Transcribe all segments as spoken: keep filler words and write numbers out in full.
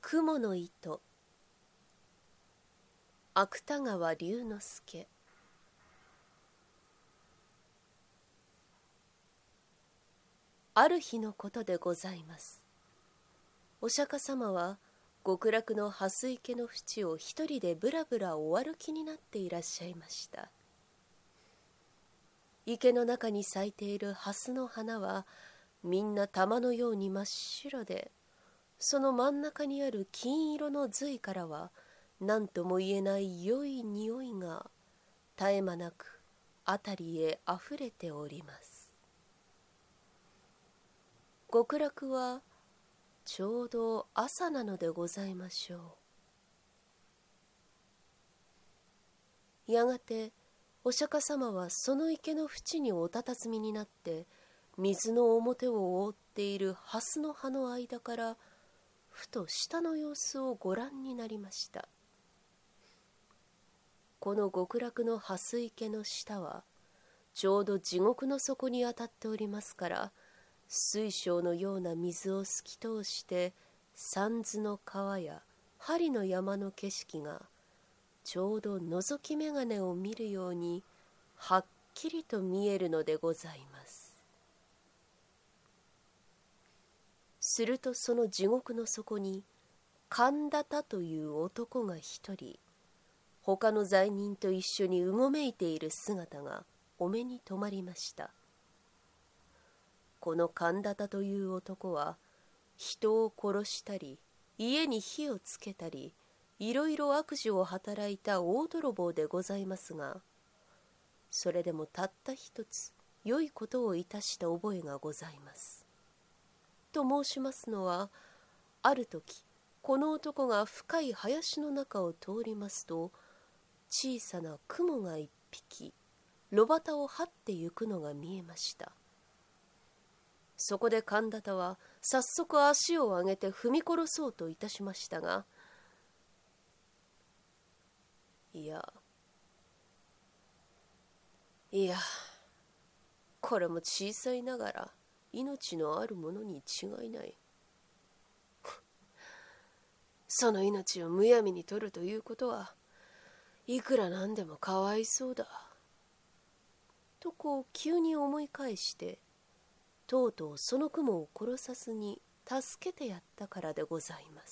雲の糸。芥川龍之介。ある日のことでございます。お釈迦様は極楽の蓮池の淵を一人でぶらぶらお歩きになっていらっしゃいました。池の中に咲いている蓮の花はみんな玉のように真っ白で、その真ん中にある金色の髄からは何とも言えない良い匂いが絶え間なく辺りへあふれております。極楽はちょうど朝なのでございましょう。やがてお釈迦様はその池の淵におたたずみになって、水の表を覆っている蓮の葉の間からふと下の様子をご覧になりました。この極楽の蓮池の下はちょうど地獄の底に当たっておりますから、水晶のような水を透き通して三途の川や針の山の景色がちょうど覗き眼鏡を見るようにはっきりと見えるのでございます。するとその地獄の底に神田田という男が一人、他の罪人と一緒にうごめいている姿がお目に留まりました。この神田田という男は人を殺したり家に火をつけたりいろいろ悪事を働いた大泥棒でございますが、それでもたった一つ良いことをいたした覚えがございます。と申しますのは、ある時この男が深い林の中を通りますと、小さな雲が一匹炉端を這ってゆくのが見えました。そこで神田田は早速足を上げて踏み殺そうといたしましたが、いやいやこれも小さいながら命のあるものに違いない。その命をむやみに取るということはいくらなんでもかわいそうだとこう急に思い返して、とうとうその雲を殺さずに助けてやったからでございます。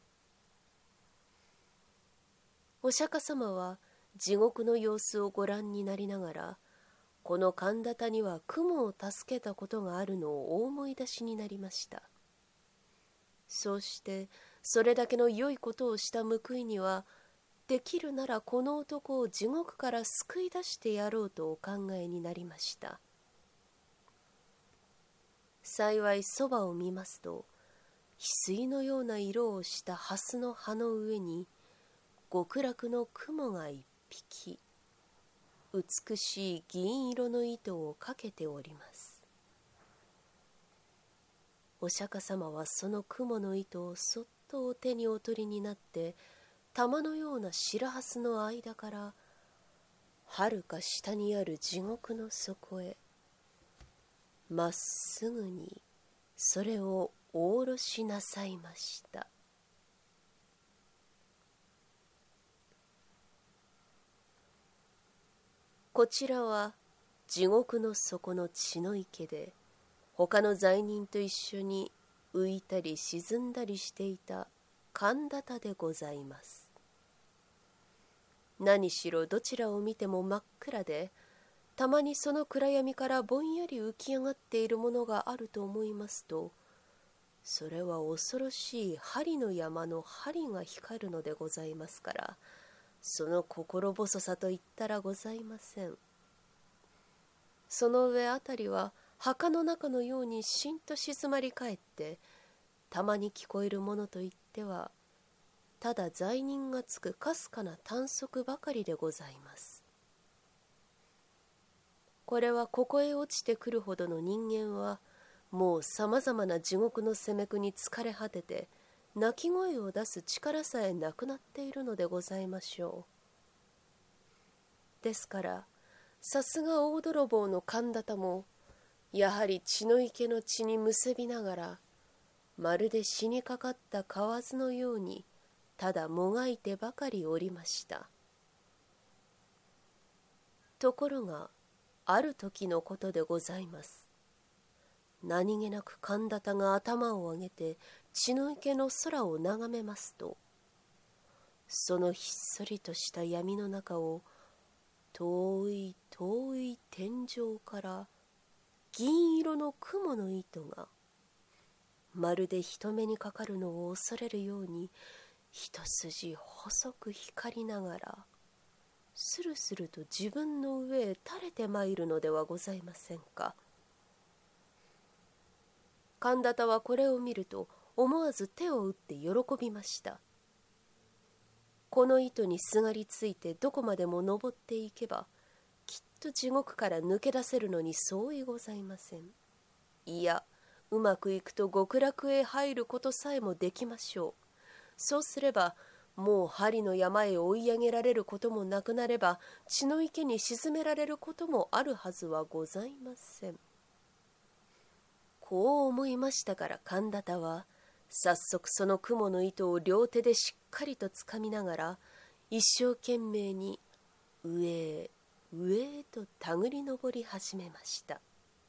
お釈迦様は地獄の様子をご覧になりながら、この神田田には雲を助けたことがあるのをお思い出しになりました。そうしてそれだけの良いことをした報いには、できるならこの男を地獄から救い出してやろうとお考えになりました。幸いそばを見ますと、翡翠のような色をした蓮の葉の上に極楽の雲が一匹美しい銀色の糸をかけております。お釈迦様はその雲の糸をそっとお手にお取りになって、玉のような白蓮の間からはるか下にある地獄の底へまっすぐにそれをお下ろしなさいました。こちらは地獄の底の血の池で、他の罪人と一緒に浮いたり沈んだりしていた神田田でございます。何しろどちらを見ても真っ暗で、たまにその暗闇からぼんやり浮き上がっているものがあると思いますと、それは恐ろしい針の山の針が光るのでございますから、その心細さといったらございません。その上あたりは墓の中のようにしんと静まり返って、たまに聞こえるものといってはただ罪人がつくかすかな短足ばかりでございます。これはここへ落ちてくるほどの人間はもうさまざまな地獄の責め苦に疲れ果てて、鳴き声を出す力さえなくなっているのでございましょう。ですからさすが大泥棒の神田田もやはり血の池の血に結びながらまるで死にかかった蛙のようにただもがいてばかりおりました。ところがある時のことでございます。何気なく神田田が頭を上げて血の池の空を眺めますと、そのひっそりとした闇の中を遠い遠い天井から銀色の雲の糸がまるで人目にかかるのを恐れるように一筋細く光りながらスルスルと自分の上へ垂れてまいるのではございませんか。神田田はこれを見ると思わず手を打って喜びました。この糸にすがりついてどこまでも登っていけばきっと地獄から抜け出せるのに相違ございません。いや、うまくいくと極楽へ入ることさえもできましょう。そうすればもう針の山へ追い上げられることもなくなれば血の池に沈められることもあるはずはございません。こう思いましたから神田田は早速その雲の糸を両手でしっかりとつかみながら一生懸命に上へ上へと手繰り登り始めました。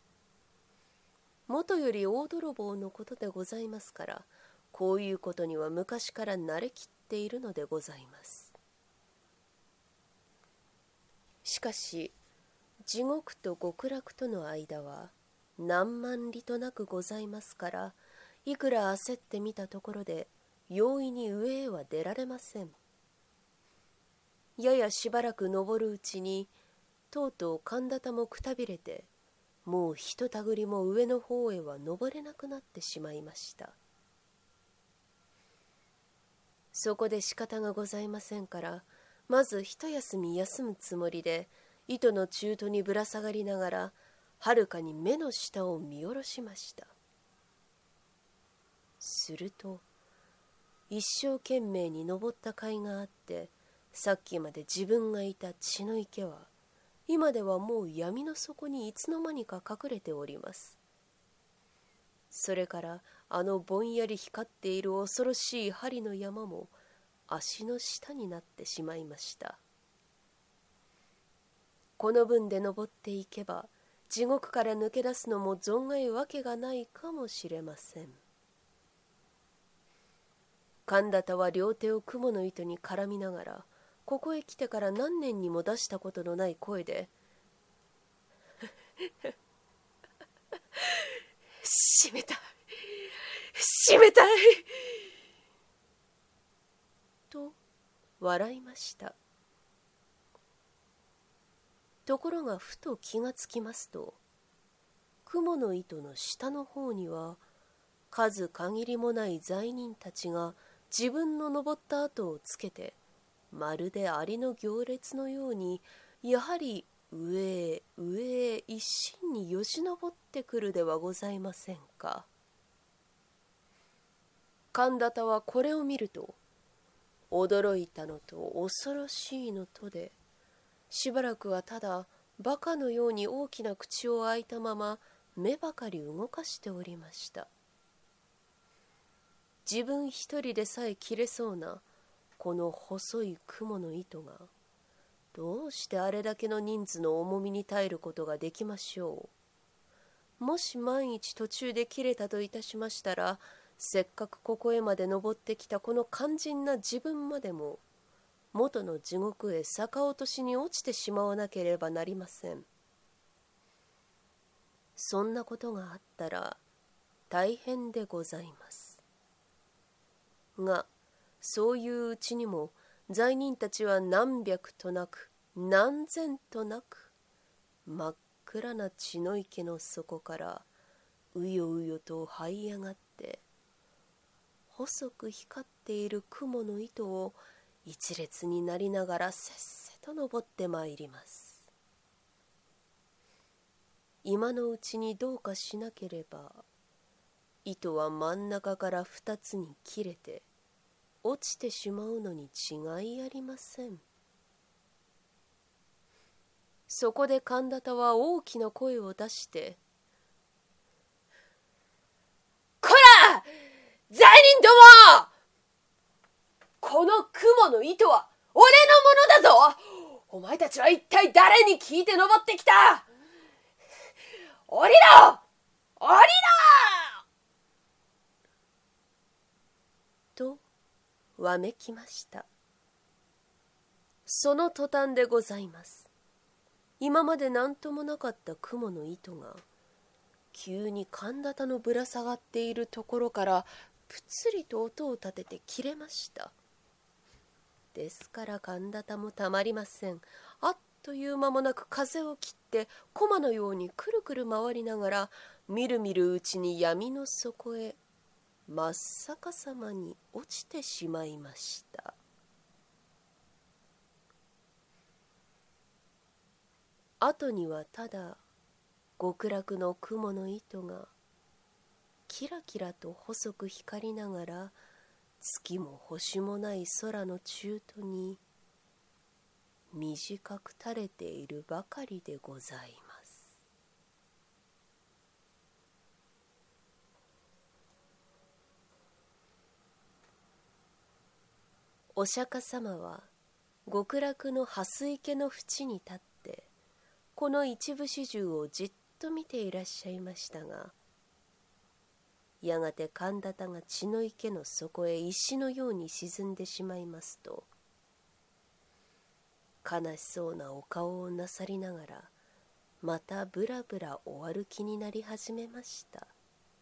もとより大泥棒のことでございますから、こういうことには昔から慣れきっているのでございます。しかし地獄と極楽との間は何万里となくございますから、いくら焦ってみたところで容易に上へは出られません。ややしばらく登るうちにとうとう神田田もくたびれて、もうひとたぐりも上の方へは登れなくなってしまいました。そこで仕方がございませんから、まず一休み休むつもりで糸の中途にぶら下がりながらはるかに目の下を見下ろしました。すると一生懸命に登った甲斐があって、さっきまで自分がいた血の池は今ではもう闇の底にいつの間にか隠れております。それからあのぼんやり光っている恐ろしい針の山も足の下になってしまいました。この分で登っていけば地獄から抜け出すのも存外わけがないかもしれません。神田田は両手を雲の糸に絡みながら、ここへ来てから何年にも出したことのない声で閉めたい閉めたいと笑いました。ところがふと気がつきますと、雲の糸の下の方には数限りもない罪人たちが自分の登った跡をつけて、まるでアリの行列のようにやはり上へ上へ一心によじ登ってくるではございませんか。神田田はこれを見ると驚いたのと恐ろしいのとで、しばらくはただバカのように大きな口を開いたまま目ばかり動かしておりました。自分一人でさえ切れそうなこの細い雲の糸がどうしてあれだけの人数の重みに耐えることができましょう。もし万一途中で切れたといたしましたら、せっかくここへまで登ってきたこの肝心な自分までも元の地獄へ逆落としに落ちてしまわなければなりません。そんなことがあったら大変でございます。がそういううちにも罪人たちは何百となく何千となく真っ暗な血の池の底からうようよと這い上がって、細く光っている雲の糸を一列になりながらせっせと登ってまいります。今のうちにどうかしなければ糸は真ん中から二つに切れて落ちてしまうのに違いありません。そこで神田田は大きな声を出して、こらの糸は俺のものだぞ。お前たちは一体誰に聞いて登ってきた。降りろ降りろとわめきました。その途端でございます。今まで何ともなかった雲の糸が急に神田田のぶら下がっているところからぷつりと音を立てて切れました。ですから神田田もたまりません。あっという間もなく風を切って駒のようにくるくる回りながらみるみるうちに闇の底へ真っ逆さまに落ちてしまいました。後にはただ極楽の雲の糸がキラキラと細く光りながら月も星もない空の中途に短く垂れているばかりでございます。お釈迦様は極楽の蓮池の淵に立ってこの一部始終をじっと見ていらっしゃいましたが、やがて神田田が血の池の底へ石のように沈んでしまいますと、悲しそうなお顔をなさりながらまたぶらぶらお歩きになり始めました。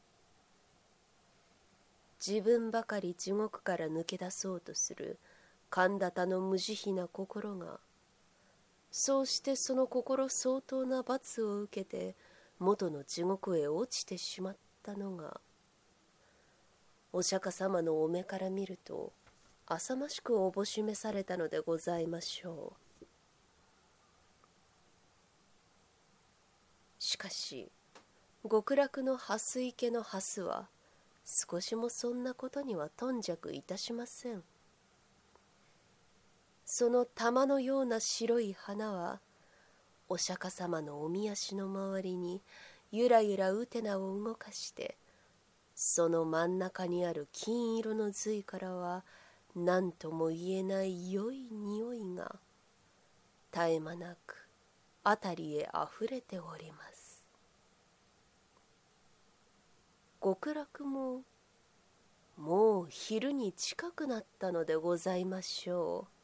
自分ばかり地獄から抜け出そうとする神田田の無慈悲な心が、そうしてその心相当な罰を受けて元の地獄へ落ちてしまったのが、お釈迦様のお目から見ると浅ましくおぼしめされたのでございましょう。しかし極楽の蓮池の蓮は少しもそんなことには頓着いたしません。その玉のような白い花はお釈迦様のおみ足の周りにゆらゆらうてなを動かして、その真ん中にある金色の髄からは何とも言えない良い匂いが絶え間なく辺りへあふれております。極楽ももう昼に近くなったのでございましょう。